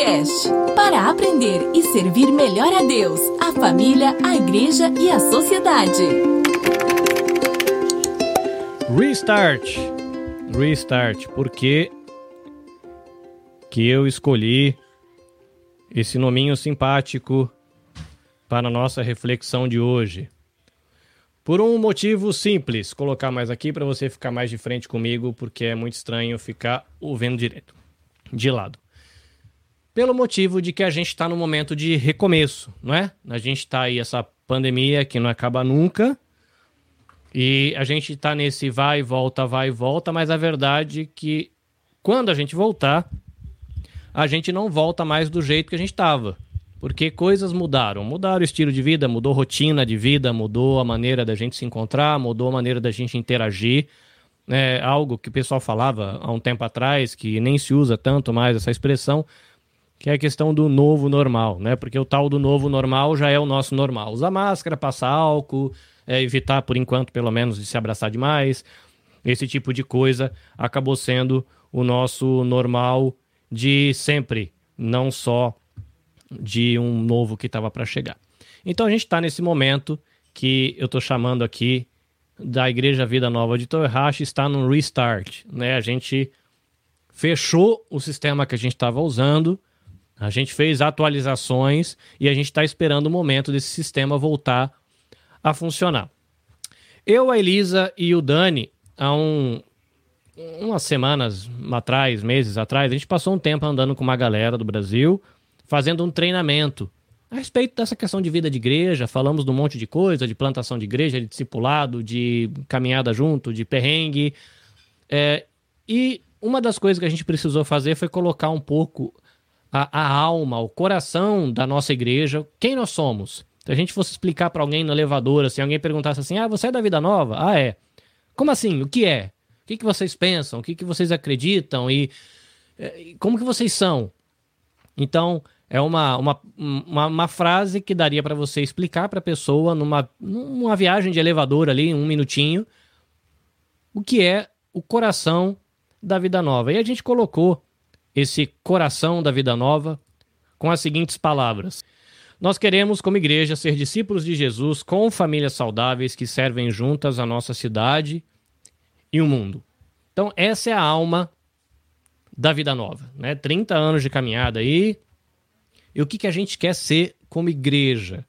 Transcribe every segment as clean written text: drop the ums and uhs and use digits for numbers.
Podcast para aprender e servir melhor a Deus, a família, a igreja e a sociedade. Restart. Por que eu escolhi esse nominho simpático para a nossa reflexão de hoje? Por um motivo simples, colocar mais aqui para você ficar mais de frente comigo, porque é muito estranho ficar ouvindo direito, de lado. Pelo motivo de que a gente está no momento de recomeço, não é? A gente está aí, essa pandemia que não acaba nunca, e a gente está nesse vai e volta, mas a verdade é que quando a gente voltar, a gente não volta mais do jeito que a gente estava. Porque coisas mudaram. Mudaram o estilo de vida, mudou a rotina de vida, mudou a maneira da gente se encontrar, mudou a maneira da gente interagir. É algo que o pessoal falava há um tempo atrás, que nem se usa tanto mais essa expressão, que é a questão do novo normal, né? Porque o tal do novo normal já é o nosso normal. Usar máscara, passar álcool, evitar, por enquanto, pelo menos, de se abraçar demais. Esse tipo de coisa acabou sendo o nosso normal de sempre, não só de um novo que estava para chegar. Então a gente está nesse momento que eu estou chamando aqui da Igreja Vida Nova de Toyohashi, está num restart, né? A gente fechou o sistema que a gente estava usando, a gente fez atualizações e a gente está esperando o momento desse sistema voltar a funcionar. Eu, a Elisa e o Dani, há umas semanas atrás, meses atrás, a gente passou um tempo andando com uma galera do Brasil, fazendo um treinamento a respeito dessa questão de vida de igreja. Falamos de um monte de coisa, de plantação de igreja, de discipulado, de caminhada junto, de perrengue. E uma das coisas que a gente precisou fazer foi colocar um pouco a alma, o coração da nossa igreja, quem nós somos. Se a gente fosse explicar para alguém no elevador, assim, alguém perguntasse assim, você é da Vida Nova? Ah, é. Como assim? O que é? O que vocês pensam? O que vocês acreditam? E como que vocês são? Então, é uma frase que daria para você explicar para a pessoa numa viagem de elevador ali, 1 minutinho, o que é o coração da Vida Nova. E a gente colocou esse coração da Vida Nova com as seguintes palavras: nós queremos, como igreja, ser discípulos de Jesus com famílias saudáveis que servem juntas a nossa cidade e o mundo. Então, essa é a alma da Vida Nova, né? 30 anos de caminhada aí. E o que a gente quer ser como igreja?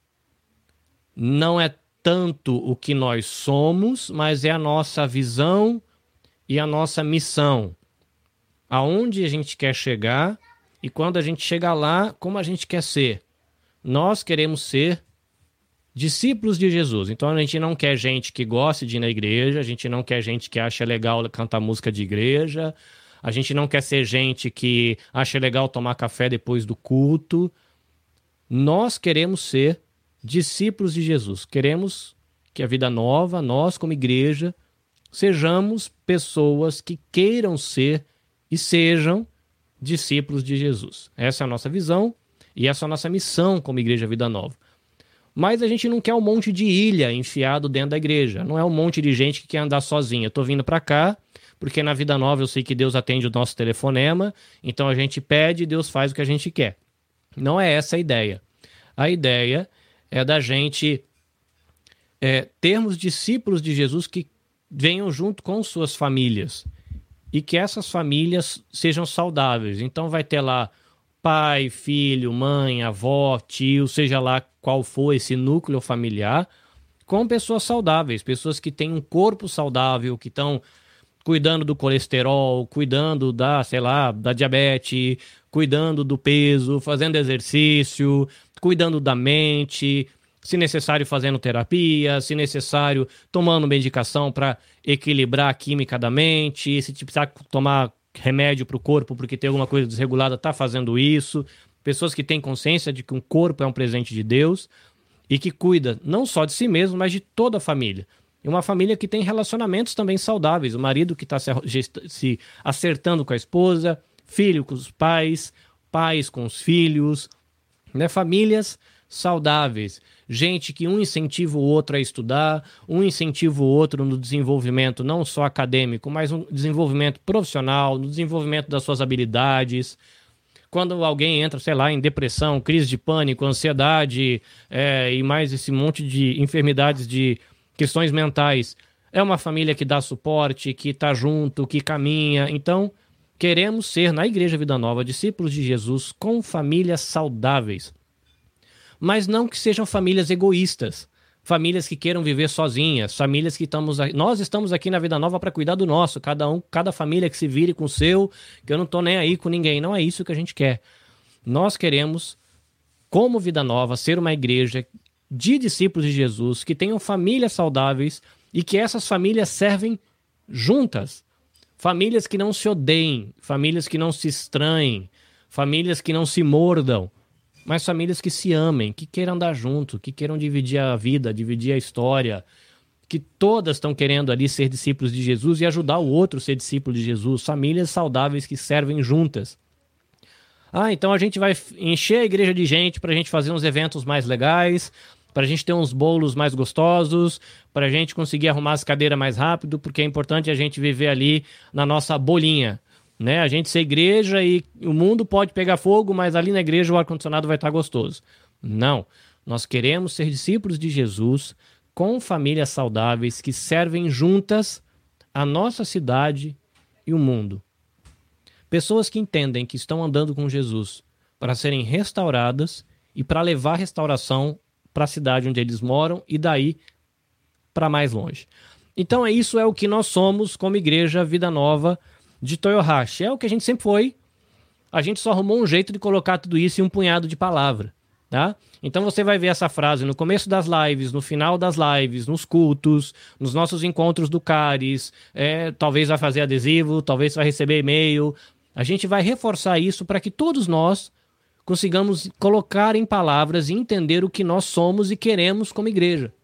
Não é tanto o que nós somos, mas é a nossa visão e a nossa missão. Aonde a gente quer chegar e quando a gente chegar lá, como a gente quer ser. Nós queremos ser discípulos de Jesus. Então a gente não quer gente que goste de ir na igreja, a gente não quer gente que acha legal cantar música de igreja, a gente não quer ser gente que acha legal tomar café depois do culto. Nós queremos ser discípulos de Jesus. Queremos que a Vida Nova, nós como igreja, sejamos pessoas que queiram ser e sejam discípulos de Jesus. Essa é a nossa visão e essa é a nossa missão como Igreja Vida Nova. Mas a gente não quer um monte de ilha enfiado dentro da igreja. Não é um monte de gente que quer andar sozinha. Eu tô vindo para cá porque na Vida Nova eu sei que Deus atende o nosso telefonema, então a gente pede e Deus faz o que a gente quer. Não é essa a ideia. A ideia é da gente termos discípulos de Jesus que venham junto com suas famílias e que essas famílias sejam saudáveis. Então vai ter lá pai, filho, mãe, avó, tio, seja lá qual for esse núcleo familiar, com pessoas saudáveis, pessoas que têm um corpo saudável, que estão cuidando do colesterol, cuidando da diabetes, cuidando do peso, fazendo exercício, cuidando da mente, se necessário fazendo terapia, se necessário tomando medicação para equilibrar a química da mente, se precisar tomar remédio para o corpo porque tem alguma coisa desregulada, está fazendo isso. Pessoas que têm consciência de que um corpo é um presente de Deus e que cuida não só de si mesmo, mas de toda a família. E uma família que tem relacionamentos também saudáveis. O marido que está se acertando com a esposa, filho com os pais, pais com os filhos, né? Famílias saudáveis. Gente que um incentiva o outro a estudar, um incentiva o outro no desenvolvimento não só acadêmico, mas no desenvolvimento profissional, no desenvolvimento das suas habilidades, quando alguém entra, sei lá, em depressão, crise de pânico, ansiedade e mais esse monte de enfermidades de questões mentais. É uma família que dá suporte, que está junto, que caminha. Então, queremos ser, na Igreja Vida Nova, discípulos de Jesus com famílias saudáveis. Mas não que sejam famílias egoístas, famílias que queiram viver sozinhas, famílias que nós estamos aqui na Vida Nova para cuidar do nosso, cada família que se vire com o seu, que eu não estou nem aí com ninguém. Não é isso que a gente quer. Nós queremos, como Vida Nova, ser uma igreja de discípulos de Jesus, que tenham famílias saudáveis e que essas famílias servem juntas. Famílias que não se odeiem, famílias que não se estranhem, famílias que não se mordam, mas famílias que se amem, que queiram andar junto, que queiram dividir a vida, dividir a história, que todas estão querendo ali ser discípulos de Jesus e ajudar o outro a ser discípulo de Jesus. Famílias saudáveis que servem juntas. Então a gente vai encher a igreja de gente para a gente fazer uns eventos mais legais, para a gente ter uns bolos mais gostosos, para a gente conseguir arrumar as cadeiras mais rápido, porque é importante a gente viver ali na nossa bolinha. Né? A gente ser igreja e o mundo pode pegar fogo, mas ali na igreja o ar-condicionado vai estar gostoso. Não. Nós queremos ser discípulos de Jesus com famílias saudáveis que servem juntas a nossa cidade e o mundo. Pessoas que entendem que estão andando com Jesus para serem restauradas e para levar a restauração para a cidade onde eles moram e daí para mais longe. Então isso é o que nós somos como Igreja Vida Nova de Toyohashi. É o que a gente sempre foi. A gente só arrumou um jeito de colocar tudo isso em um punhado de palavra, tá? Então você vai ver essa frase no começo das lives, no final das lives, nos cultos, nos nossos encontros do Caris, talvez vai fazer adesivo, talvez vai receber e-mail. A gente vai reforçar isso para que todos nós consigamos colocar em palavras e entender o que nós somos e queremos como igreja.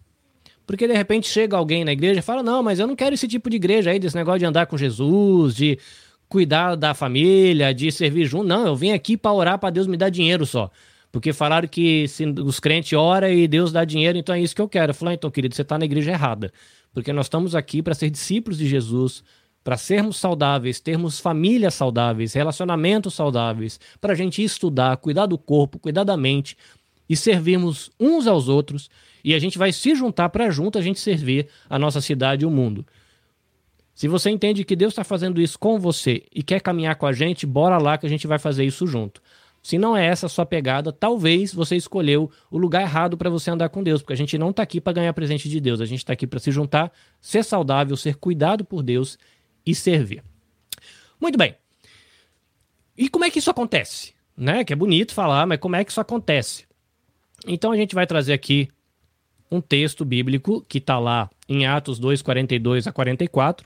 Porque de repente chega alguém na igreja e fala, não, mas eu não quero esse tipo de igreja aí, desse negócio de andar com Jesus, de cuidar da família, de servir junto. Não, eu vim aqui para orar para Deus me dar dinheiro só. Porque falaram que os crentes oram e Deus dá dinheiro, então é isso que eu quero. Eu falei, então querido, você está na igreja errada. Porque nós estamos aqui para ser discípulos de Jesus, para sermos saudáveis, termos famílias saudáveis, relacionamentos saudáveis, para a gente estudar, cuidar do corpo, cuidar da mente e servirmos uns aos outros. E a gente vai se juntar para junto a gente servir a nossa cidade e o mundo. Se você entende que Deus está fazendo isso com você e quer caminhar com a gente, bora lá que a gente vai fazer isso junto. Se não é essa a sua pegada, talvez você escolheu o lugar errado para você andar com Deus, porque a gente não está aqui para ganhar presente de Deus, a gente está aqui para se juntar, ser saudável, ser cuidado por Deus e servir. Muito bem. E como é que isso acontece? Né? Que é bonito falar, mas como é que isso acontece? Então a gente vai trazer aqui um texto bíblico que está lá em Atos 2, 42 a 44.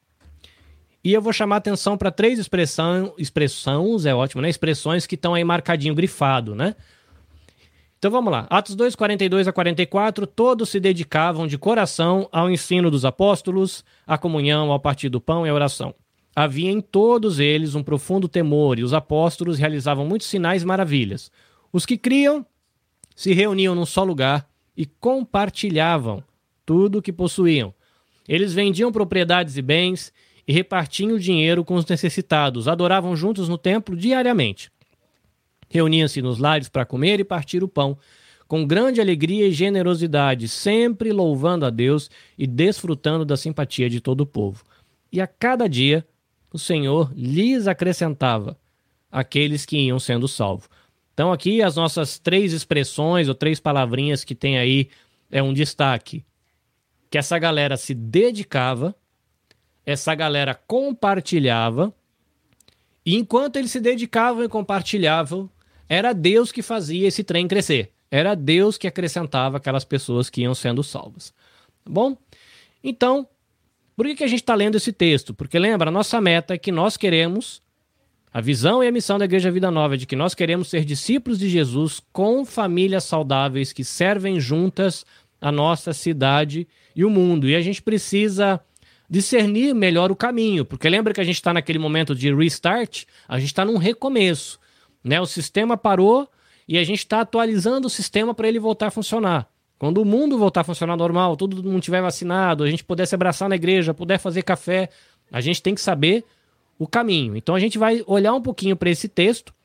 E eu vou chamar a atenção para 3 expressões, é ótimo, né? Expressões que estão aí marcadinho, grifado, né? Então vamos lá. Atos 2, 42 a 44, todos se dedicavam de coração ao ensino dos apóstolos, à comunhão, ao partir do pão e à oração. Havia em todos eles um profundo temor e os apóstolos realizavam muitos sinais e maravilhas. Os que criam se reuniam num só lugar e compartilhavam tudo o que possuíam. Eles vendiam propriedades e bens e repartiam o dinheiro com os necessitados. Adoravam juntos no templo diariamente. Reuniam-se nos lares para comer e partir o pão, com grande alegria e generosidade, sempre louvando a Deus e desfrutando da simpatia de todo o povo. E a cada dia o Senhor lhes acrescentava aqueles que iam sendo salvos. Então aqui as nossas 3 expressões ou 3 palavrinhas que tem aí é um destaque. Que essa galera se dedicava, essa galera compartilhava, e enquanto eles se dedicavam e compartilhavam, era Deus que fazia esse trem crescer. Era Deus que acrescentava aquelas pessoas que iam sendo salvas. Tá bom? Então, por que a gente está lendo esse texto? Porque lembra, a nossa meta é que nós queremos, a visão e a missão da Igreja Vida Nova é de que nós queremos ser discípulos de Jesus com famílias saudáveis que servem juntas a nossa cidade e o mundo. E a gente precisa discernir melhor o caminho, porque lembra que a gente está naquele momento de restart, a gente está num recomeço, né? O sistema parou e a gente está atualizando o sistema para ele voltar a funcionar. Quando o mundo voltar a funcionar normal, todo mundo estiver vacinado, a gente puder se abraçar na igreja, puder fazer café, a gente tem que saber o caminho. Então a gente vai olhar um pouquinho para esse texto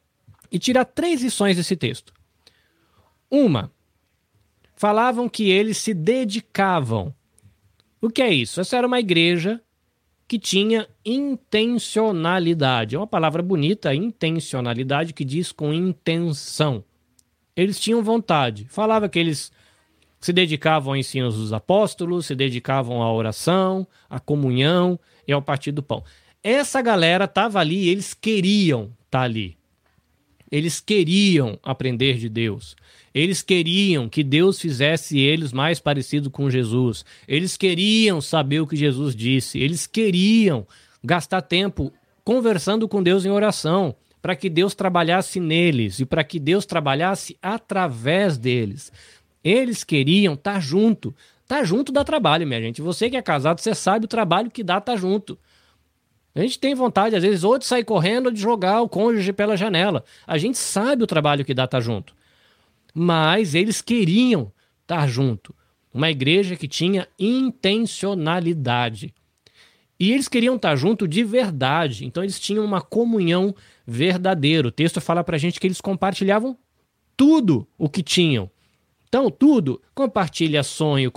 e tirar 3 lições desse texto. Uma, falavam que eles se dedicavam. O que é isso? Essa era uma igreja que tinha intencionalidade. É uma palavra bonita, intencionalidade, que diz com intenção. Eles tinham vontade. Falava que eles se dedicavam ao ensino dos apóstolos, se dedicavam à oração, à comunhão e ao partir do pão. Essa galera estava ali, eles queriam estar ali. Eles queriam aprender de Deus. Eles queriam que Deus fizesse eles mais parecidos com Jesus. Eles queriam saber o que Jesus disse. Eles queriam gastar tempo conversando com Deus em oração, para que Deus trabalhasse neles e para que Deus trabalhasse através deles. Eles queriam estar junto. Estar junto dá trabalho, minha gente. Você que é casado, você sabe o trabalho que dá estar junto. A gente tem vontade, às vezes, ou de sair correndo ou de jogar o cônjuge pela janela. A gente sabe o trabalho que dá estar junto. Mas eles queriam estar junto. Uma igreja que tinha intencionalidade. E eles queriam estar junto de verdade. Então eles tinham uma comunhão verdadeira. O texto fala pra gente que eles compartilhavam tudo o que tinham. Então, tudo, compartilha sonho,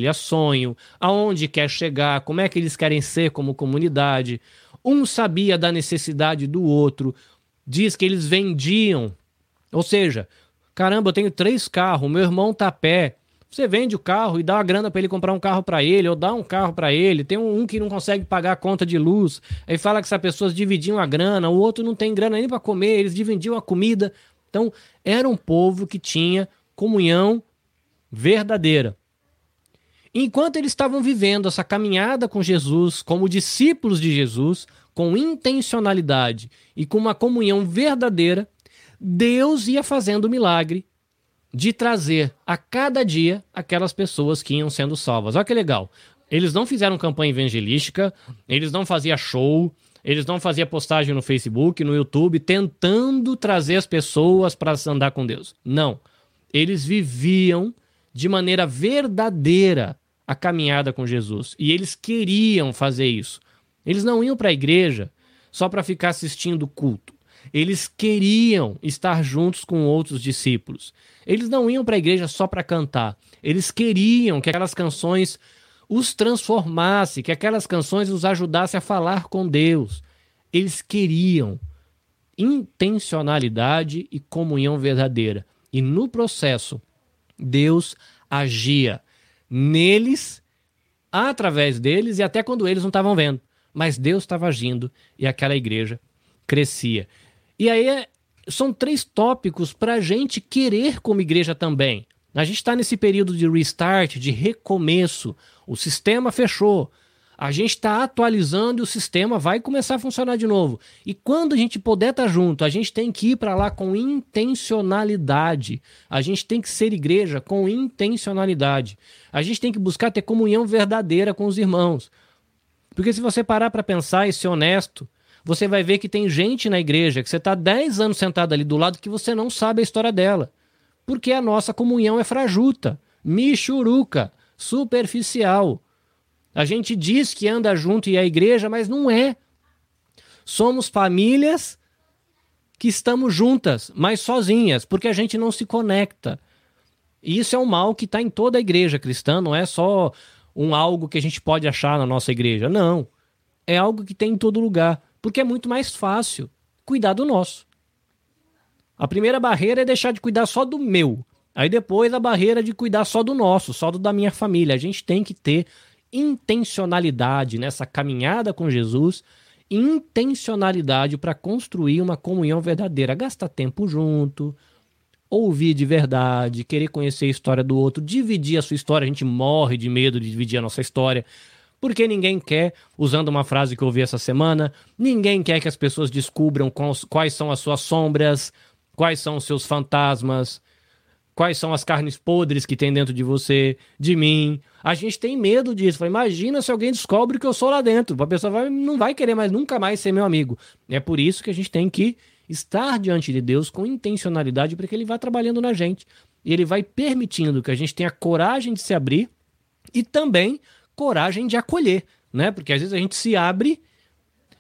aonde quer chegar, como é que eles querem ser como comunidade. Um sabia da necessidade do outro. Diz que eles vendiam. Ou seja, caramba, eu tenho 3 carros, meu irmão tá a pé. Você vende o carro e dá uma grana para ele comprar um carro para ele, ou dá um carro para ele. Tem um que não consegue pagar a conta de luz. Aí fala que essas pessoas dividiam a grana, o outro não tem grana nem para comer, eles dividiam a comida. Então, era um povo que tinha comunhão verdadeira. Enquanto eles estavam vivendo essa caminhada com Jesus, como discípulos de Jesus, com intencionalidade e com uma comunhão verdadeira, Deus ia fazendo o milagre de trazer a cada dia aquelas pessoas que iam sendo salvas. Olha que legal. Eles não fizeram campanha evangelística, eles não faziam show, eles não faziam postagem no Facebook, no YouTube, tentando trazer as pessoas para andar com Deus. Não. Eles viviam de maneira verdadeira a caminhada com Jesus. E eles queriam fazer isso. Eles não iam para a igreja só para ficar assistindo o culto. Eles queriam estar juntos com outros discípulos. Eles não iam para a igreja só para cantar. Eles queriam que aquelas canções os transformassem, que aquelas canções os ajudassem a falar com Deus. Eles queriam intencionalidade e comunhão verdadeira. E no processo, Deus agia neles, através deles e até quando eles não estavam vendo. Mas Deus estava agindo e aquela igreja crescia. E aí são 3 tópicos para a gente querer como igreja também. A gente está nesse período de restart, de recomeço. O sistema fechou. A gente está atualizando e o sistema vai começar a funcionar de novo. E quando a gente puder estar junto, a gente tem que ir para lá com intencionalidade. A gente tem que ser igreja com intencionalidade. A gente tem que buscar ter comunhão verdadeira com os irmãos. Porque se você parar para pensar e ser honesto, você vai ver que tem gente na igreja que você está 10 anos sentado ali do lado que você não sabe a história dela. Porque a nossa comunhão é frajuta, michuruca, superficial. A gente diz que anda junto e é igreja, mas não é. Somos famílias que estamos juntas, mas sozinhas, porque a gente não se conecta. E isso é um mal que está em toda a igreja cristã, não é só algo que a gente pode achar na nossa igreja. Não. É algo que tem em todo lugar, porque é muito mais fácil cuidar do nosso. A primeira barreira é deixar de cuidar só do meu. Aí depois a barreira de cuidar só do nosso, só da minha família. A gente tem que ter intencionalidade nessa caminhada com Jesus, intencionalidade para construir uma comunhão verdadeira, gastar tempo junto, ouvir de verdade, querer conhecer a história do outro, dividir a sua história. A gente morre de medo de dividir a nossa história, porque ninguém quer, usando uma frase que eu ouvi essa semana, ninguém quer que as pessoas descubram quais são as suas sombras, quais são os seus fantasmas, quais são as carnes podres que tem dentro de você, de mim. A gente tem medo disso. Imagina se alguém descobre que eu sou lá dentro. A pessoa não vai querer nunca mais ser meu amigo. É por isso que a gente tem que estar diante de Deus com intencionalidade, para que Ele vá trabalhando na gente. E Ele vai permitindo que a gente tenha coragem de se abrir e também coragem de acolher, né? Porque às vezes a gente se abre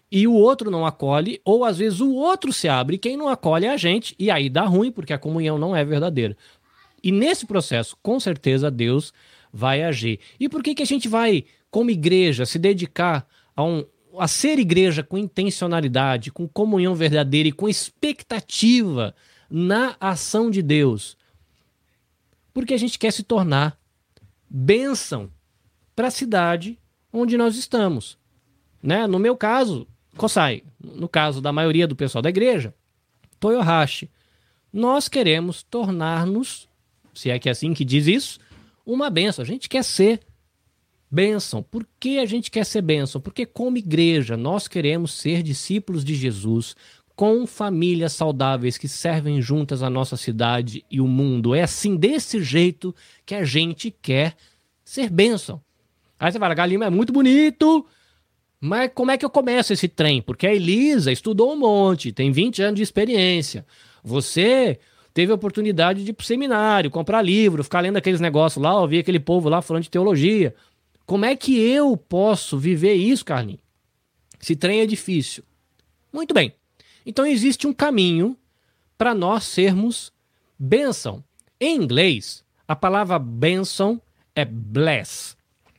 e o outro não acolhe, ou às vezes o outro se abre e quem não acolhe é a gente, e aí dá ruim porque a comunhão não é verdadeira. E nesse processo, com certeza, Deus vai agir. E por que a gente vai, como igreja, se dedicar a ser igreja com intencionalidade, com comunhão verdadeira e com expectativa na ação de Deus? Porque a gente quer se tornar bênção para a cidade onde nós estamos. Né? No meu caso, Kosai, no caso da maioria do pessoal da igreja, Toyohashi, nós queremos tornar-nos, se é que é assim que diz isso, uma bênção. A gente quer ser bênção. Por que a gente quer ser bênção? Porque como igreja nós queremos ser discípulos de Jesus com famílias saudáveis que servem juntas a nossa cidade e o mundo. É assim, desse jeito que a gente quer ser bênção. Aí você fala, Galima, é muito bonito, mas como é que eu começo esse trem? Porque a Elisa estudou um monte, tem 20 anos de experiência. Você teve a oportunidade de ir pro seminário, comprar livro, ficar lendo aqueles negócios lá, ouvir aquele povo lá falando de teologia. Como é que eu posso viver isso, Carlinhos? Esse trem é difícil. Muito bem. Então existe um caminho para nós sermos bênção. Em inglês, a palavra bênção é bless.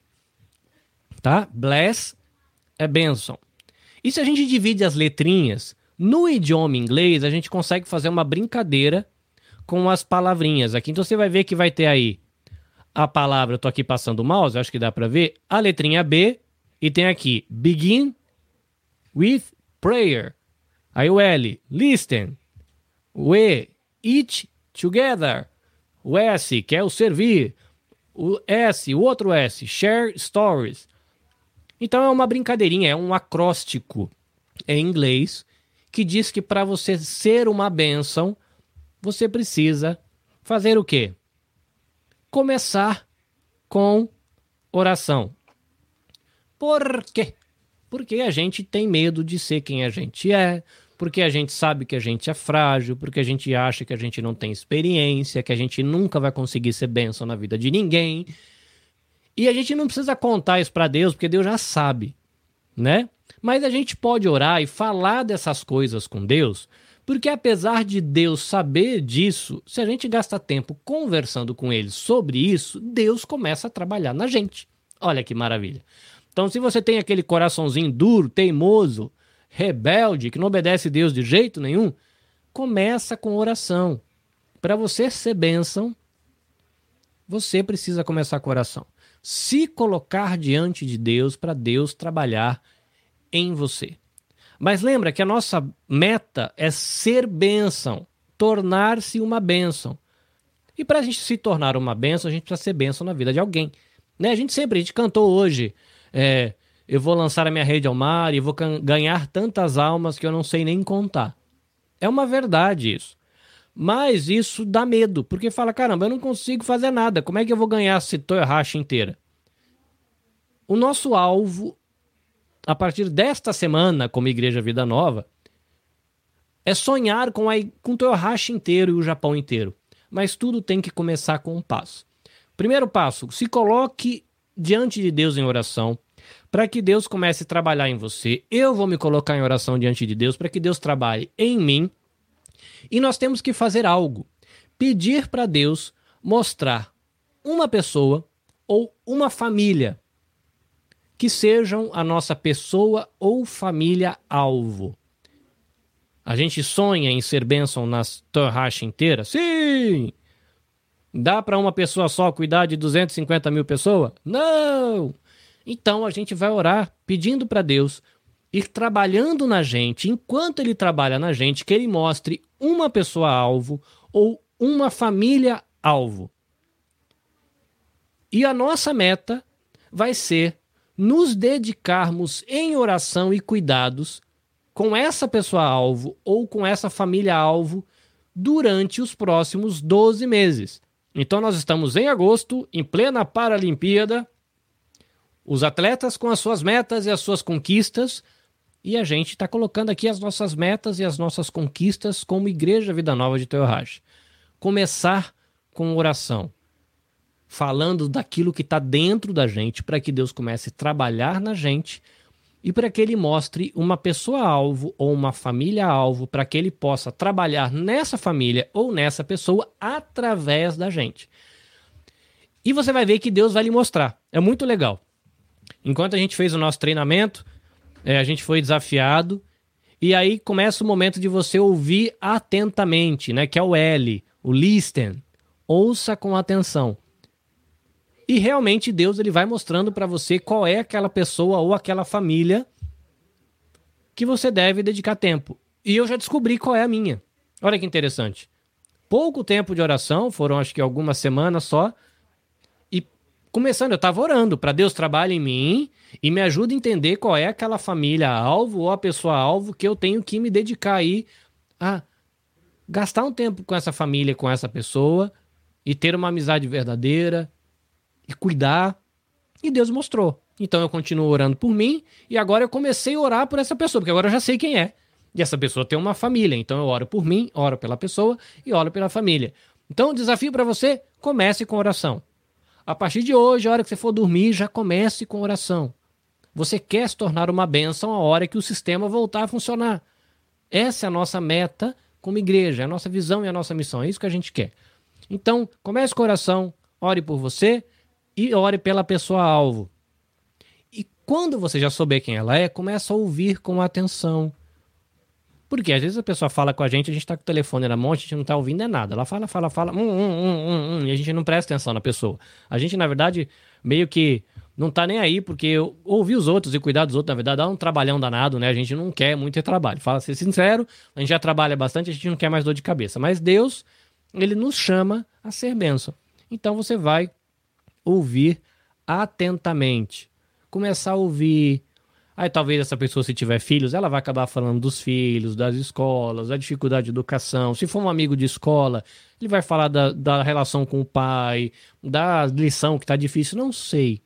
Tá? Bless é bênção. E se a gente divide as letrinhas, no idioma inglês, a gente consegue fazer uma brincadeira com as palavrinhas aqui. Então você vai ver que vai ter aí a palavra, eu tô aqui passando o mouse, acho que dá para ver, a letrinha B, e tem aqui, begin with prayer. Aí o L, listen. O E, eat together. O S, que é o servir. O S, o outro S, share stories. Então é uma brincadeirinha, é um acróstico em inglês que diz que para você ser uma bênção, você precisa fazer o quê? Começar com oração. Por quê? Porque a gente tem medo de ser quem a gente é, porque a gente sabe que a gente é frágil, porque a gente acha que a gente não tem experiência, que a gente nunca vai conseguir ser bênção na vida de ninguém. E a gente não precisa contar isso para Deus, porque Deus já sabe, né? Mas a gente pode orar e falar dessas coisas com Deus, porque apesar de Deus saber disso, se a gente gasta tempo conversando com Ele sobre isso, Deus começa a trabalhar na gente. Olha que maravilha. Então, se você tem aquele coraçãozinho duro, teimoso, rebelde, que não obedece a Deus de jeito nenhum, começa com oração. Para você ser bênção, você precisa começar com oração. Se colocar diante de Deus para Deus trabalhar em você. Mas lembra que a nossa meta é ser bênção, tornar-se uma bênção. E para a gente se tornar uma bênção, a gente precisa ser bênção na vida de alguém. Né? A gente cantou hoje, eu vou lançar a minha rede ao mar e vou ganhar tantas almas que eu não sei nem contar. É uma verdade isso. Mas isso dá medo, porque fala, caramba, eu não consigo fazer nada, como é que eu vou ganhar essa Toyohashi inteira? O nosso alvo, a partir desta semana, como Igreja Vida Nova, é sonhar com o Toyohashi inteiro e o Japão inteiro. Mas tudo tem que começar com um passo. Primeiro passo, se coloque diante de Deus em oração, para que Deus comece a trabalhar em você. Eu vou me colocar em oração diante de Deus, para que Deus trabalhe em mim. E nós temos que fazer algo. Pedir para Deus mostrar uma pessoa ou uma família que sejam a nossa pessoa ou família alvo. A gente sonha em ser bênção nas Toyohashi inteiras? Sim! Dá para uma pessoa só cuidar de 250 mil pessoas? Não! Então a gente vai orar pedindo para Deus ir trabalhando na gente, enquanto Ele trabalha na gente, que Ele mostre uma pessoa alvo ou uma família alvo. E a nossa meta vai ser nos dedicarmos em oração e cuidados com essa pessoa alvo ou com essa família alvo durante os próximos 12 meses. Então nós estamos em agosto, em plena Paralimpíada, os atletas com as suas metas e as suas conquistas, e a gente está colocando aqui as nossas metas e as nossas conquistas como Igreja Vida Nova de Toyohashi. Começar com oração, falando daquilo que está dentro da gente, para que Deus comece a trabalhar na gente, e para que ele mostre uma pessoa-alvo ou uma família-alvo para que ele possa trabalhar nessa família ou nessa pessoa através da gente. E você vai ver que Deus vai lhe mostrar. É muito legal. Enquanto a gente fez o nosso treinamento, a gente foi desafiado, e aí começa o momento de você ouvir atentamente, né? Que é o L, o listen. Ouça com atenção. E realmente Deus ele vai mostrando para você qual é aquela pessoa ou aquela família que você deve dedicar tempo. E eu já descobri qual é a minha. Olha que interessante. Pouco tempo de oração, foram acho que algumas semanas só. E começando, eu estava orando para Deus trabalhe em mim e me ajude a entender qual é aquela família-alvo ou a pessoa-alvo que eu tenho que me dedicar aí a gastar um tempo com essa família, com essa pessoa e ter uma amizade verdadeira e cuidar. E Deus mostrou. Então eu continuo orando por mim e agora eu comecei a orar por essa pessoa, porque agora eu já sei quem é. E essa pessoa tem uma família, então eu oro por mim, oro pela pessoa e oro pela família. Então o desafio para você, comece com oração. A partir de hoje, a hora que você for dormir, já comece com oração. Você quer se tornar uma bênção a hora que o sistema voltar a funcionar. Essa é a nossa meta como igreja, é a nossa visão e a nossa missão, é isso que a gente quer. Então, comece com oração, ore por você e ore pela pessoa-alvo. E quando você já souber quem ela é, começa a ouvir com atenção. Porque às vezes a pessoa fala com a gente está com o telefone na mão, a gente não está ouvindo nada. Ela fala, e a gente não presta atenção na pessoa. A gente, na verdade, meio que não está nem aí, porque ouvir os outros e cuidar dos outros, na verdade, dá um trabalhão danado, né? A gente não quer muito ter trabalho. Fala ser sincero, a gente já trabalha bastante, a gente não quer mais dor de cabeça. Mas Deus, ele nos chama a ser bênção. Então você vai ouvir atentamente. Começar a ouvir. Aí talvez essa pessoa, se tiver filhos, ela vai acabar falando dos filhos, das escolas, da dificuldade de educação. Se for um amigo de escola, ele vai falar da relação com o pai, da lição que está difícil, não sei.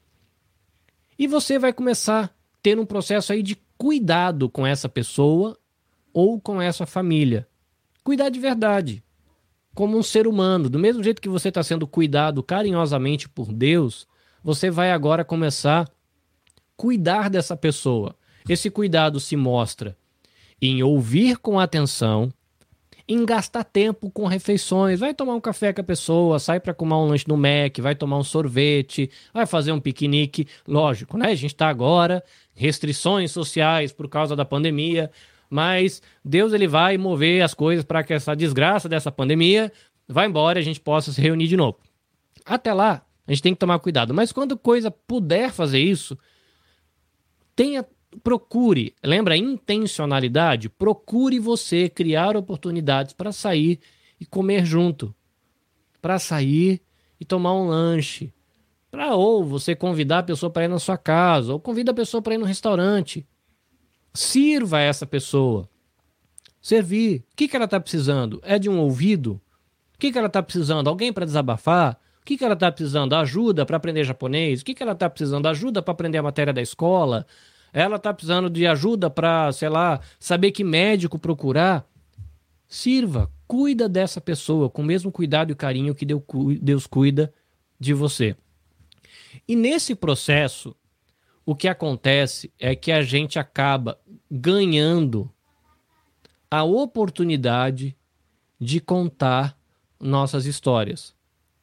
E você vai começar a ter um processo aí de cuidado com essa pessoa ou com essa família. Cuidar de verdade, como um ser humano. Do mesmo jeito que você está sendo cuidado carinhosamente por Deus, você vai agora começar a cuidar dessa pessoa. Esse cuidado se mostra em ouvir com atenção, em gastar tempo com refeições. Vai tomar um café com a pessoa, sai para comer um lanche no Mac, vai tomar um sorvete, vai fazer um piquenique. Lógico, né? A gente está agora, restrições sociais por causa da pandemia, mas Deus ele vai mover as coisas para que essa desgraça dessa pandemia vá embora e a gente possa se reunir de novo. Até lá, a gente tem que tomar cuidado. Mas quando coisa puder fazer isso, procure, lembra a intencionalidade? Procure você criar oportunidades para sair e comer junto, para sair e tomar um lanche, ou você convidar a pessoa para ir na sua casa, ou convida a pessoa para ir no restaurante. Sirva essa pessoa. Servir. O que ela está precisando? É de um ouvido? O que ela está precisando? Alguém para desabafar? O que ela está precisando? Ajuda para aprender japonês? O que ela está precisando? Ajuda para aprender a matéria da escola? Ela está precisando de ajuda para, sei lá, saber que médico procurar? Sirva, cuida dessa pessoa com o mesmo cuidado e carinho que Deus cuida de você. E nesse processo, o que acontece é que a gente acaba ganhando a oportunidade de contar nossas histórias.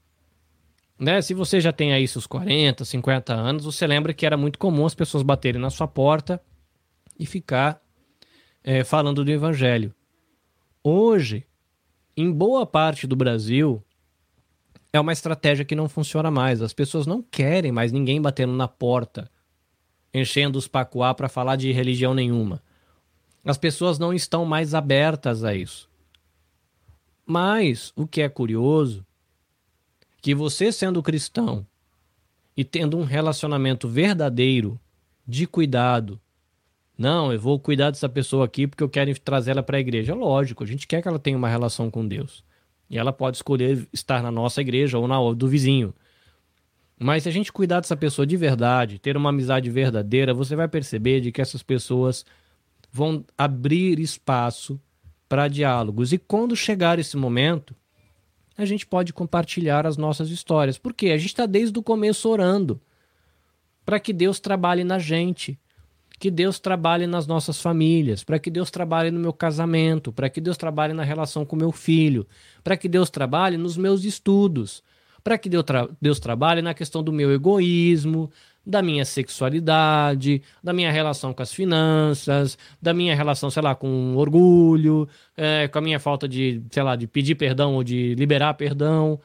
Né? Se você já tem aí seus 40, 50 anos, você lembra que era muito comum as pessoas baterem na sua porta e ficar falando do evangelho. Hoje, em boa parte do Brasil, é uma estratégia que não funciona mais. As pessoas não querem mais ninguém batendo na porta, enchendo os pacuá para falar de religião nenhuma. As pessoas não estão mais abertas a isso. Mas o que é curioso, que você sendo cristão e tendo um relacionamento verdadeiro de cuidado, não, eu vou cuidar dessa pessoa aqui porque eu quero trazer ela para a igreja. Lógico, a gente quer que ela tenha uma relação com Deus. E ela pode escolher estar na nossa igreja ou na do vizinho. Mas se a gente cuidar dessa pessoa de verdade, ter uma amizade verdadeira, você vai perceber de que essas pessoas vão abrir espaço para diálogos. E quando chegar esse momento, a gente pode compartilhar as nossas histórias. Por quê? A gente está desde o começo orando para que Deus trabalhe na gente. que Deus trabalhe nas nossas famílias, para que Deus trabalhe no meu casamento, para que Deus trabalhe na relação com meu filho, para que Deus trabalhe nos meus estudos, para que Deus trabalhe na questão do meu egoísmo, da minha sexualidade, da minha relação com as finanças, da minha relação, sei lá, com orgulho, com a minha falta de, sei lá, de pedir perdão ou de liberar perdão.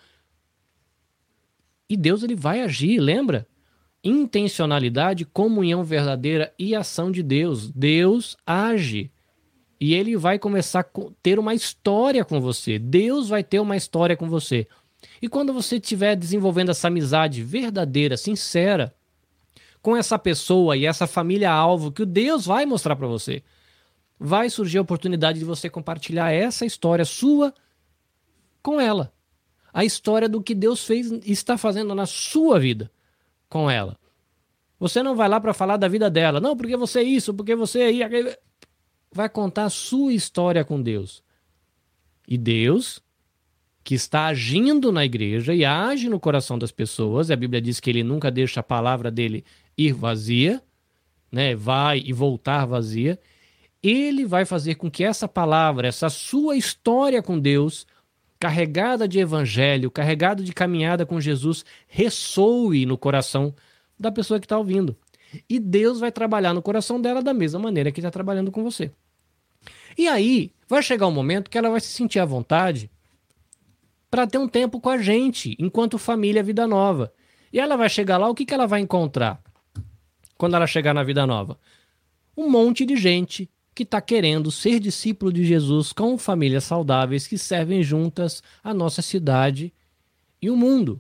E Deus, ele vai agir, lembra? Intencionalidade, comunhão verdadeira e ação de Deus. Deus age. E ele vai começar a ter uma história com você. Deus vai ter uma história com você. E quando você estiver desenvolvendo essa amizade verdadeira, sincera, com essa pessoa e essa família-alvo que o Deus vai mostrar para você, vai surgir a oportunidade de você compartilhar essa história sua com ela. A história do que Deus fez e está fazendo na sua vida com ela. Você não vai lá para falar da vida dela. Não, porque você é isso, porque você é isso. Vai contar a sua história com Deus. E Deus, que está agindo na igreja e age no coração das pessoas, a Bíblia diz que ele nunca deixa a palavra dele ir vazia, né? Vai e voltar vazia. Ele vai fazer com que essa palavra, essa sua história com Deus, carregada de evangelho, carregada de caminhada com Jesus, ressoe no coração da pessoa que está ouvindo. E Deus vai trabalhar no coração dela da mesma maneira que está trabalhando com você. E aí, vai chegar um momento que ela vai se sentir à vontade para ter um tempo com a gente, enquanto família Vida Nova. E ela vai chegar lá, o que ela vai encontrar quando ela chegar na Vida Nova? Um monte de gente que está querendo ser discípulo de Jesus com famílias saudáveis que servem juntas a nossa cidade e o mundo.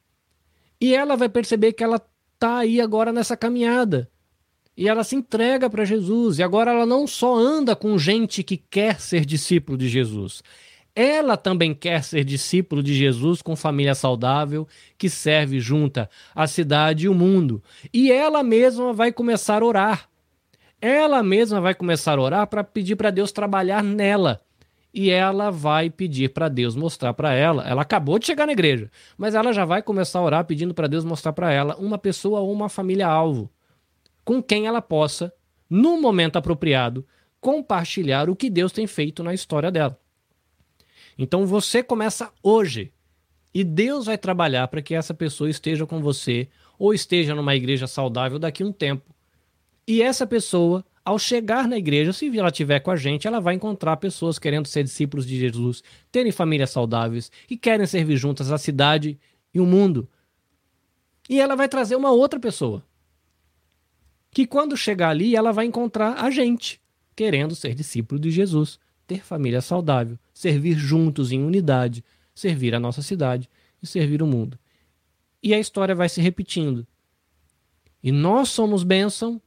E ela vai perceber que ela está aí agora nessa caminhada. E ela se entrega para Jesus. E agora ela não só anda com gente que quer ser discípulo de Jesus. Ela também quer ser discípulo de Jesus com família saudável que serve junta a cidade e o mundo. E ela mesma vai começar a orar. Ela mesma vai começar a orar para pedir para Deus trabalhar nela. E ela vai pedir para Deus mostrar para ela. Ela acabou de chegar na igreja, mas ela já vai começar a orar pedindo para Deus mostrar para ela uma pessoa ou uma família-alvo com quem ela possa, no momento apropriado, compartilhar o que Deus tem feito na história dela. Então você começa hoje e Deus vai trabalhar para que essa pessoa esteja com você ou esteja numa igreja saudável daqui a um tempo. E essa pessoa, ao chegar na igreja, se ela estiver com a gente, ela vai encontrar pessoas querendo ser discípulos de Jesus, terem famílias saudáveis e querem servir juntas a cidade e o mundo. E ela vai trazer uma outra pessoa, que quando chegar ali, ela vai encontrar a gente, querendo ser discípulo de Jesus, ter família saudável, servir juntos em unidade, servir a nossa cidade e servir o mundo. E a história vai se repetindo. E nós somos bênção.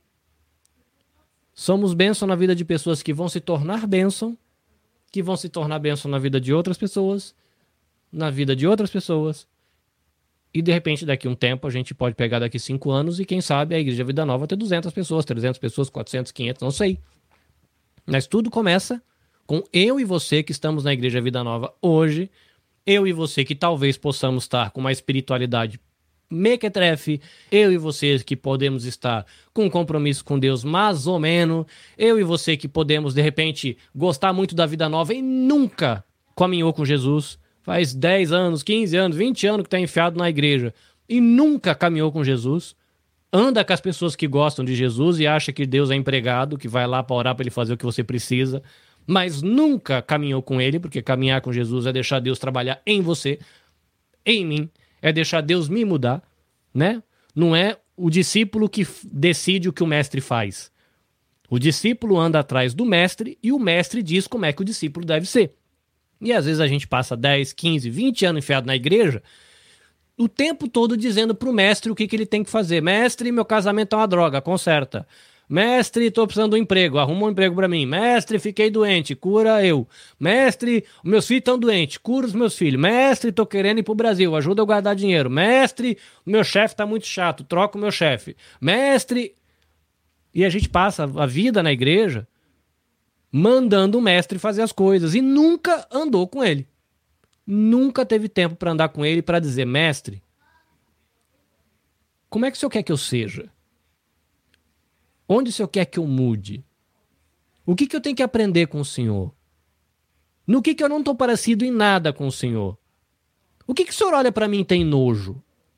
Somos bênção na vida de pessoas que vão se tornar bênção, que vão se tornar bênção na vida de outras pessoas, na vida de outras pessoas. E de repente, daqui a um tempo, a gente pode pegar daqui 5 anos e quem sabe a Igreja Vida Nova ter 200 pessoas, 300 pessoas, 400, 500, não sei. Mas tudo começa com eu e você que estamos na Igreja Vida Nova hoje, eu e você que talvez possamos estar com uma espiritualidade mequetrefe, eu e você que podemos estar com um compromisso com Deus mais ou menos, eu e você que podemos, de repente, gostar muito da Vida Nova e nunca caminhou com Jesus, faz 10 anos, 15 anos, 20 anos que está enfiado na igreja e nunca caminhou com Jesus, anda com as pessoas que gostam de Jesus e acha que Deus é empregado, que vai lá para orar para ele fazer o que você precisa, mas nunca caminhou com ele, porque caminhar com Jesus é deixar Deus trabalhar em você, em mim, é deixar Deus me mudar, né? Não é o discípulo que decide o que o mestre faz. O discípulo anda atrás do mestre e o mestre diz como é que o discípulo deve ser. E às vezes a gente passa 10, 15, 20 anos enfiado na igreja, o tempo todo dizendo pro mestre o que ele tem que fazer. Mestre, meu casamento é uma droga, conserta. Mestre, tô precisando de um emprego, arruma um emprego pra mim. Mestre, fiquei doente, cura eu. Mestre, meus filhos estão doentes, cura os meus filhos. Mestre, tô querendo ir pro Brasil, ajuda eu a guardar dinheiro. Mestre, o meu chefe tá muito chato, troca o meu chefe. Mestre... E a gente passa a vida na igreja mandando o mestre fazer as coisas e nunca andou com ele. Nunca teve tempo para andar com ele para dizer, mestre, como é que o senhor quer que eu seja? Onde o Senhor quer que eu mude? O que eu tenho que aprender com o Senhor? No que eu não estou parecido em nada com o Senhor? O que o Senhor olha para mim e tem nojo?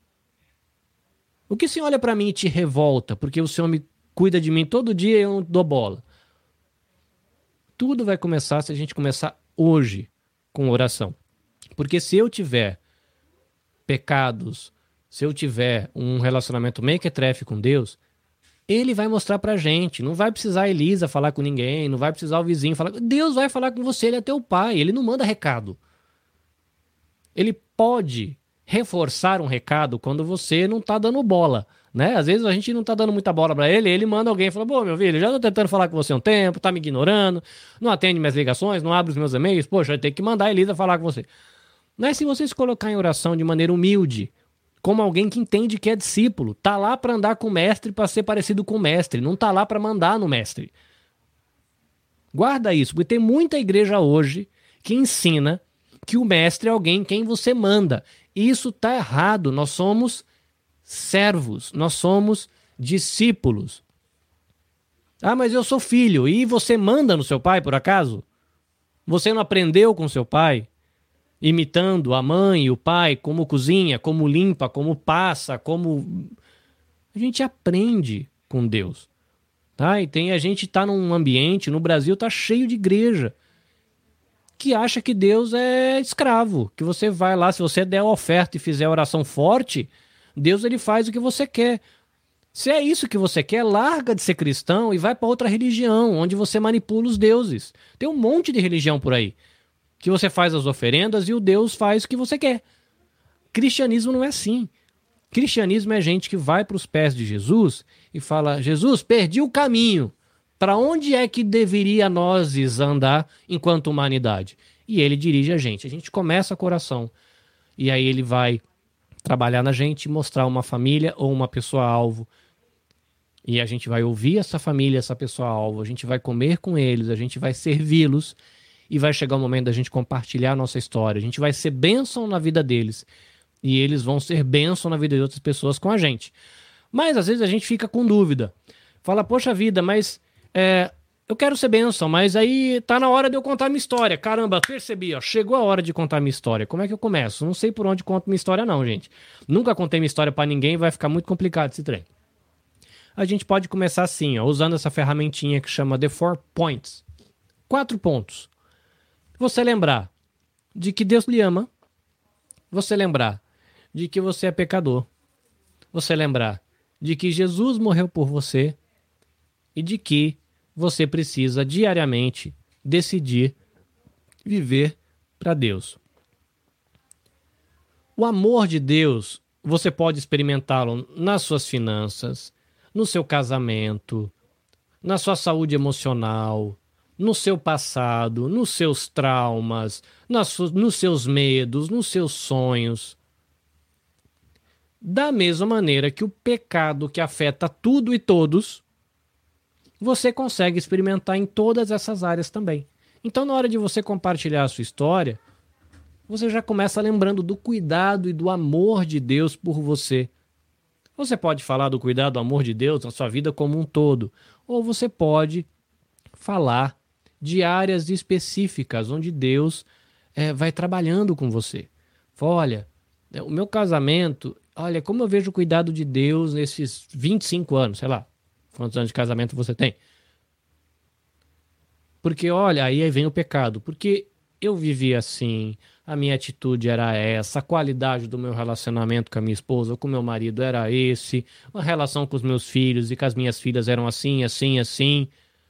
O que o Senhor olha para mim e te revolta? Porque o Senhor me cuida de mim todo dia e eu não dou bola. Tudo vai começar se a gente começar hoje com oração. Porque se eu tiver pecados, se eu tiver um relacionamento mequetrefe com Deus, Ele vai mostrar pra gente. Não vai precisar a Elisa falar com ninguém, não vai precisar o vizinho falar. Deus vai falar com você, Ele é teu pai, Ele não manda recado. Ele pode reforçar um recado quando você não tá dando bola, né? Às vezes a gente não tá dando muita bola pra ele, ele manda alguém e fala, pô, meu filho, já tô tentando falar com você há um tempo, tá me ignorando, não atende minhas ligações, não abre os meus e-mails, poxa, eu tenho que mandar a Elisa falar com você. Mas se você se colocar em oração de maneira humilde, como alguém que entende que é discípulo, tá lá para andar com o mestre, para ser parecido com o mestre, não tá lá para mandar no mestre. Guarda isso, porque tem muita igreja hoje que ensina que o mestre é alguém em quem você manda. Isso tá errado, nós somos servos, nós somos discípulos. Ah, mas eu sou filho, e você manda no seu pai, por acaso? Você não aprendeu com seu pai? Imitando a mãe e o pai, como cozinha, como limpa, como passa, como... A gente aprende com Deus. Tá? E a gente tá num ambiente, no Brasil tá cheio de igreja, que acha que Deus é escravo, que você vai lá, se você der a oferta e fizer a oração forte, Deus ele faz o que você quer. Se é isso que você quer, larga de ser cristão e vai para outra religião, onde você manipula os deuses. Tem um monte de religião por aí, que você faz as oferendas e o Deus faz o que você quer. Cristianismo não é assim. Cristianismo é gente que vai para os pés de Jesus e fala, Jesus, perdi o caminho. Para onde é que deveria nós andar enquanto humanidade? E ele dirige a gente. A gente começa com oração. E aí ele vai trabalhar na gente, mostrar uma família ou uma pessoa-alvo. E a gente vai ouvir essa família, essa pessoa-alvo. A gente vai comer com eles, a gente vai servi-los. E vai chegar o momento da gente compartilhar a nossa história. A gente vai ser bênção na vida deles. E eles vão ser bênção na vida de outras pessoas com a gente. Mas às vezes a gente fica com dúvida. Fala, poxa vida, mas... eu quero ser bênção, mas aí tá na hora de eu contar minha história. Caramba, percebi, ó, chegou a hora de contar minha história. Como é que eu começo? Não sei por onde conto minha história não, gente. Nunca contei minha história pra ninguém, vai ficar muito complicado esse trem. A gente pode começar assim, ó, usando essa ferramentinha que chama The 4 Points. 4 pontos. Você lembrar de que Deus lhe ama. Você lembrar de que você é pecador. Você lembrar de que Jesus morreu por você e de que você precisa diariamente decidir viver para Deus. O amor de Deus, você pode experimentá-lo nas suas finanças, no seu casamento, na sua saúde emocional, no seu passado, nos seus traumas, nos seus medos, nos seus sonhos. Da mesma maneira que o pecado que afeta tudo e todos, você consegue experimentar em todas essas áreas também. Então, na hora de você compartilhar a sua história, você já começa lembrando do cuidado e do amor de Deus por você. Você pode falar do cuidado e do amor de Deus na sua vida como um todo, ou você pode falar de áreas específicas onde Deus vai trabalhando com você. Olha, o meu casamento, olha como eu vejo o cuidado de Deus nesses 25 anos, sei lá. Quantos anos de casamento você tem? Porque, olha, aí vem o pecado. Porque eu vivi assim, a minha atitude era essa, a qualidade do meu relacionamento com a minha esposa ou com o meu marido era esse, a relação com os meus filhos e com as minhas filhas eram assim, assim, assim.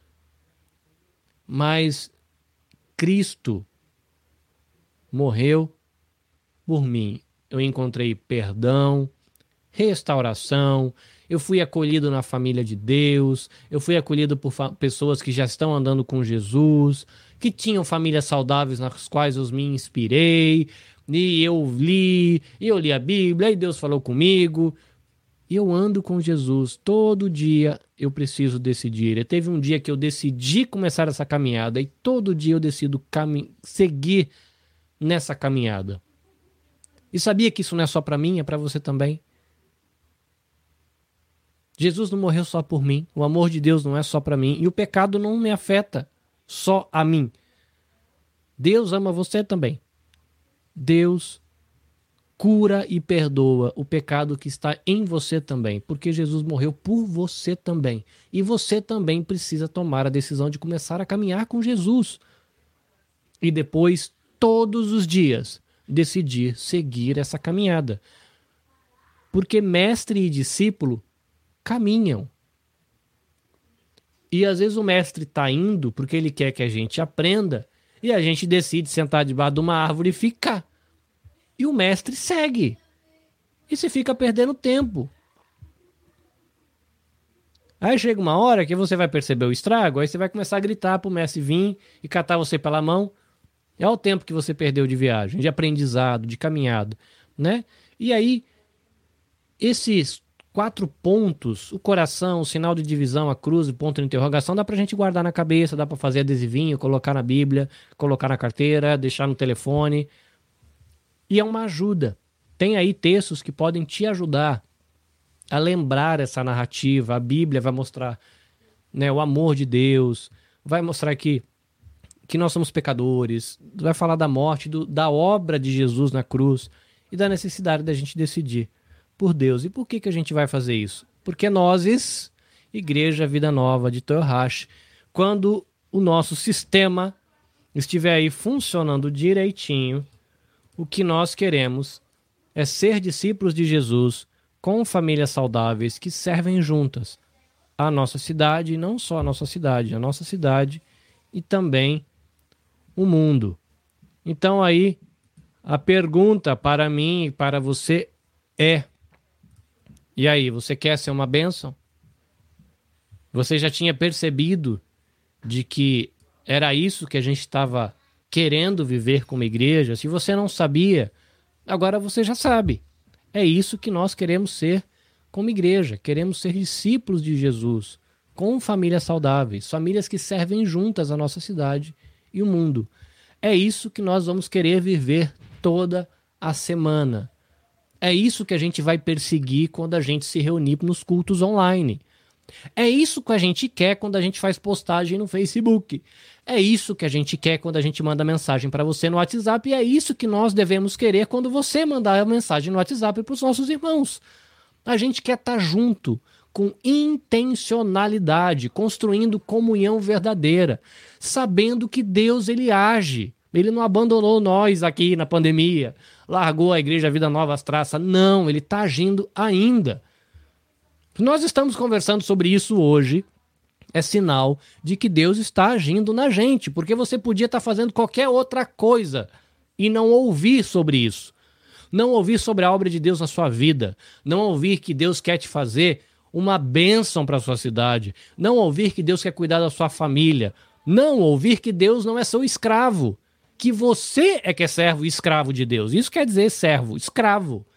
Mas Cristo morreu por mim. Eu encontrei perdão, restauração, eu fui acolhido na família de Deus, eu fui acolhido por pessoas que já estão andando com Jesus, que tinham famílias saudáveis nas quais eu me inspirei, e eu li a Bíblia, e Deus falou comigo, e eu ando com Jesus. Todo dia eu preciso decidir. E teve um dia que eu decidi começar essa caminhada, e todo dia eu decido seguir nessa caminhada. E sabia que isso não é só para mim, é para você também? Jesus não morreu só por mim, o amor de Deus não é só para mim, e o pecado não me afeta só a mim. Deus ama você também. Deus cura e perdoa o pecado que está em você também, porque Jesus morreu por você também. E você também precisa tomar a decisão de começar a caminhar com Jesus. E depois, todos os dias, decidir seguir essa caminhada. Porque mestre e discípulo caminham. E às vezes o mestre está indo porque ele quer que a gente aprenda e a gente decide sentar debaixo de uma árvore e ficar. E o mestre segue. E você fica perdendo tempo. Aí chega uma hora que você vai perceber o estrago, aí você vai começar a gritar pro mestre vir e catar você pela mão. É o tempo que você perdeu de viagem, de aprendizado, de caminhado, né? E aí, esses 4 pontos, o coração, o sinal de divisão, a cruz, o ponto de interrogação, dá pra gente guardar na cabeça, dá pra fazer adesivinho, colocar na Bíblia, colocar na carteira, deixar no telefone. E é uma ajuda. Tem aí textos que podem te ajudar a lembrar essa narrativa. A Bíblia vai mostrar, né, o amor de Deus, vai mostrar que nós somos pecadores, vai falar da morte, da obra de Jesus na cruz e da necessidade da gente decidir por Deus. E por que a gente vai fazer isso? Porque nós, Igreja Vida Nova de Toyohashi, quando o nosso sistema estiver aí funcionando direitinho, o que nós queremos é ser discípulos de Jesus com famílias saudáveis que servem juntas a nossa cidade, e não só a nossa cidade e também o mundo. Então aí a pergunta para mim e para você é: e aí, você quer ser uma bênção? Você já tinha percebido de que era isso que a gente estava querendo viver como igreja? Se você não sabia, agora você já sabe. É isso que nós queremos ser como igreja. Queremos ser discípulos de Jesus, com famílias saudáveis, famílias que servem juntas a nossa cidade e o mundo. É isso que nós vamos querer viver toda a semana. É isso que a gente vai perseguir quando a gente se reunir nos cultos online. É isso que a gente quer quando a gente faz postagem no Facebook. É isso que a gente quer quando a gente manda mensagem para você no WhatsApp. E é isso que nós devemos querer quando você mandar a mensagem no WhatsApp para os nossos irmãos. A gente quer estar junto, com intencionalidade, construindo comunhão verdadeira, sabendo que Deus, ele age. Ele não abandonou nós aqui na pandemia, largou a Igreja Vida Nova às traças. Não, ele está agindo ainda. Nós estamos conversando sobre isso hoje, é sinal de que Deus está agindo na gente, porque você podia estar fazendo qualquer outra coisa e não ouvir sobre isso. Não ouvir sobre a obra de Deus na sua vida, não ouvir que Deus quer te fazer uma bênção para a sua cidade, não ouvir que Deus quer cuidar da sua família, não ouvir que Deus não é seu escravo, que você é que é servo e escravo de Deus. Isso quer dizer servo, escravo.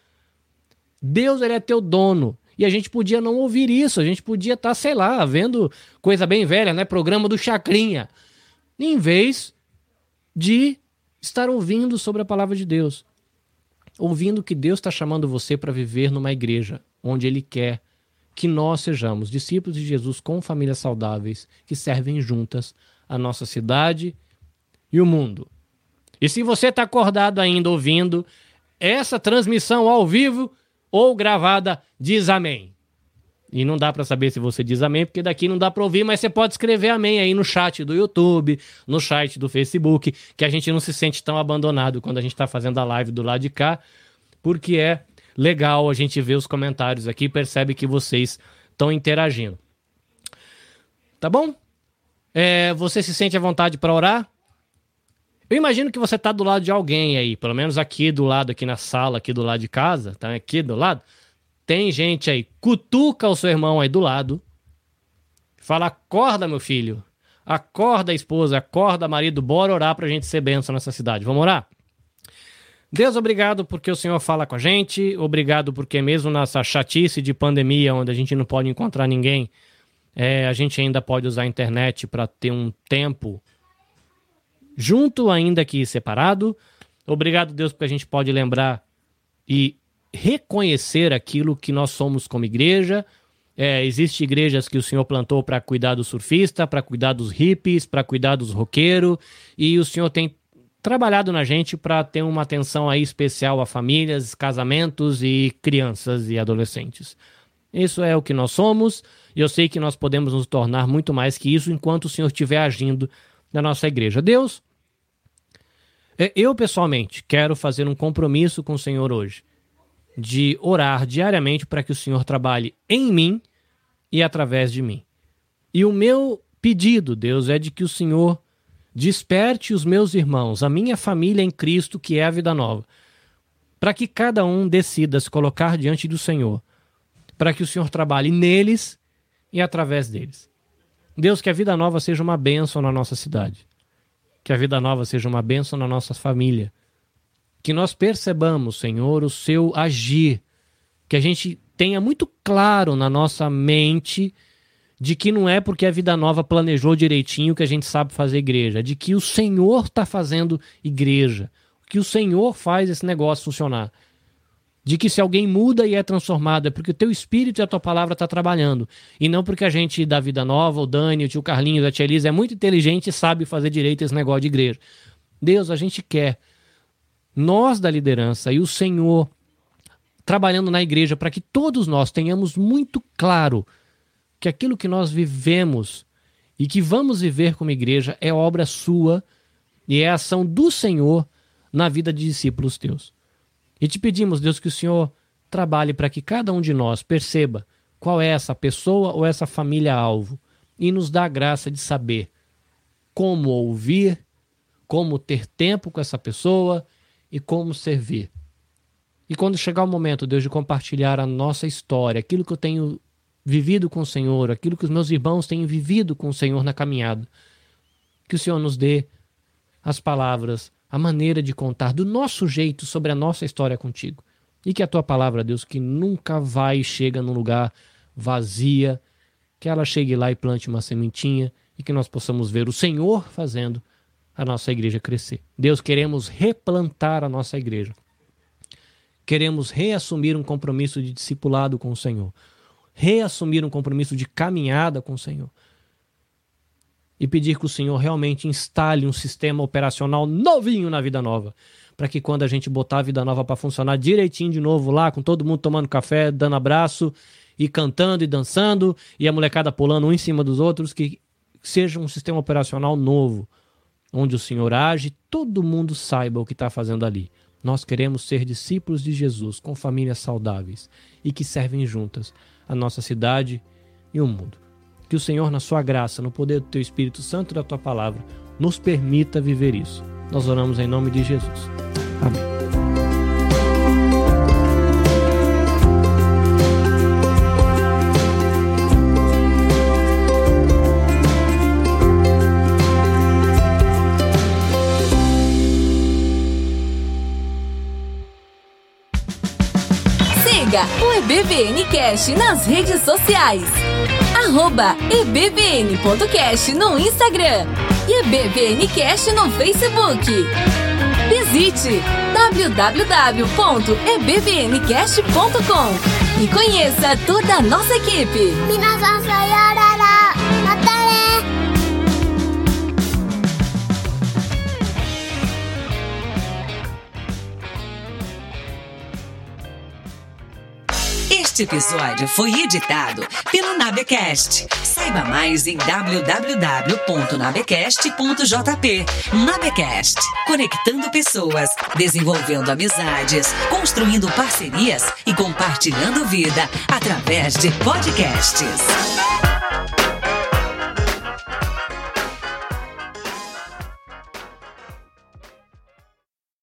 Deus, ele é teu dono. E a gente podia não ouvir isso, a gente podia estar, sei lá, vendo coisa bem velha, né? Programa do Chacrinha, em vez de estar ouvindo sobre a palavra de Deus. Ouvindo que Deus está chamando você para viver numa igreja, onde ele quer que nós sejamos discípulos de Jesus com famílias saudáveis, que servem juntas a nossa cidade e o mundo. E se você está acordado ainda ouvindo essa transmissão ao vivo ou gravada, diz amém. E não dá para saber se você diz amém, porque daqui não dá para ouvir, mas você pode escrever amém aí no chat do YouTube, no chat do Facebook, que a gente não se sente tão abandonado quando a gente está fazendo a live do lado de cá, porque é legal a gente ver os comentários aqui e percebe que vocês estão interagindo. Tá bom? Você se sente à vontade para orar? Eu imagino que você está do lado de alguém aí, pelo menos aqui do lado, aqui na sala, aqui do lado de casa, tá aqui do lado. Tem gente aí, cutuca o seu irmão aí do lado, fala: acorda, meu filho, acorda, esposa, acorda, marido, bora orar pra gente ser bênção nessa cidade. Vamos orar? Deus, obrigado porque o Senhor fala com a gente, obrigado porque mesmo nessa chatice de pandemia, onde a gente não pode encontrar ninguém, a gente ainda pode usar a internet para ter um tempo junto, ainda que separado. Obrigado, Deus, porque a gente pode lembrar e reconhecer aquilo que nós somos como igreja Existem igrejas que o Senhor plantou para cuidar do surfista, para cuidar dos hippies, para cuidar dos roqueiros, e o Senhor tem trabalhado na gente para ter uma atenção aí especial a famílias, casamentos e crianças e adolescentes. Isso é o que nós somos, e eu sei que nós podemos nos tornar muito mais que isso enquanto o Senhor estiver agindo na nossa igreja. Deus, eu pessoalmente quero fazer um compromisso com o Senhor hoje, de orar diariamente para que o Senhor trabalhe em mim e através de mim. E o meu pedido, Deus, é de que o Senhor desperte os meus irmãos, a minha família em Cristo, que é a Vida Nova, para que cada um decida se colocar diante do Senhor, para que o Senhor trabalhe neles e através deles. Deus, que a Vida Nova seja uma bênção na nossa cidade, que a Vida Nova seja uma bênção na nossa família, que nós percebamos, Senhor, o seu agir, que a gente tenha muito claro na nossa mente de que não é porque a Vida Nova planejou direitinho que a gente sabe fazer igreja, de que o Senhor está fazendo igreja, que o Senhor faz esse negócio funcionar, de que se alguém muda e é transformado é porque o teu Espírito e a tua palavra está trabalhando, e não porque a gente da Vida Nova, o Dani, o tio Carlinhos, a tia Elisa é muito inteligente e sabe fazer direito esse negócio de igreja. Deus, a gente quer, nós da liderança e o Senhor trabalhando na igreja para que todos nós tenhamos muito claro que aquilo que nós vivemos e que vamos viver como igreja é obra sua e é a ação do Senhor na vida de discípulos teus. E te pedimos, Deus, que o Senhor trabalhe para que cada um de nós perceba qual é essa pessoa ou essa família-alvo e nos dá a graça de saber como ouvir, como ter tempo com essa pessoa e como servir. E quando chegar o momento, Deus, de compartilhar a nossa história, aquilo que eu tenho vivido com o Senhor, aquilo que os meus irmãos têm vivido com o Senhor na caminhada, que o Senhor nos dê as palavras, a maneira de contar do nosso jeito sobre a nossa história contigo. E que a tua palavra, Deus, que nunca vai e chega num lugar vazia, que ela chegue lá e plante uma sementinha e que nós possamos ver o Senhor fazendo a nossa igreja crescer. Deus, queremos replantar a nossa igreja. Queremos reassumir um compromisso de discipulado com o Senhor. Reassumir um compromisso de caminhada com o Senhor. E pedir que o Senhor realmente instale um sistema operacional novinho na Vida Nova. Para que quando a gente botar a Vida Nova para funcionar direitinho de novo lá, com todo mundo tomando café, dando abraço, e cantando e dançando, e a molecada pulando um em cima dos outros, que seja um sistema operacional novo, onde o Senhor age, todo mundo saiba o que está fazendo ali. Nós queremos ser discípulos de Jesus, com famílias saudáveis e que servem juntas a nossa cidade e o mundo. Que o Senhor, na sua graça, no poder do teu Espírito Santo e da tua palavra, nos permita viver isso. Nós oramos em nome de Jesus. Amém. Siga o EBVNcast nas redes sociais. @ebvn.cast no Instagram e EBVNcast no Facebook. Visite www.ebvncast.com e conheça toda a nossa equipe. Este episódio foi editado pelo Nabecast. Saiba mais em www.nabecast.jp. Nabecast, conectando pessoas, desenvolvendo amizades, construindo parcerias e compartilhando vida através de podcasts.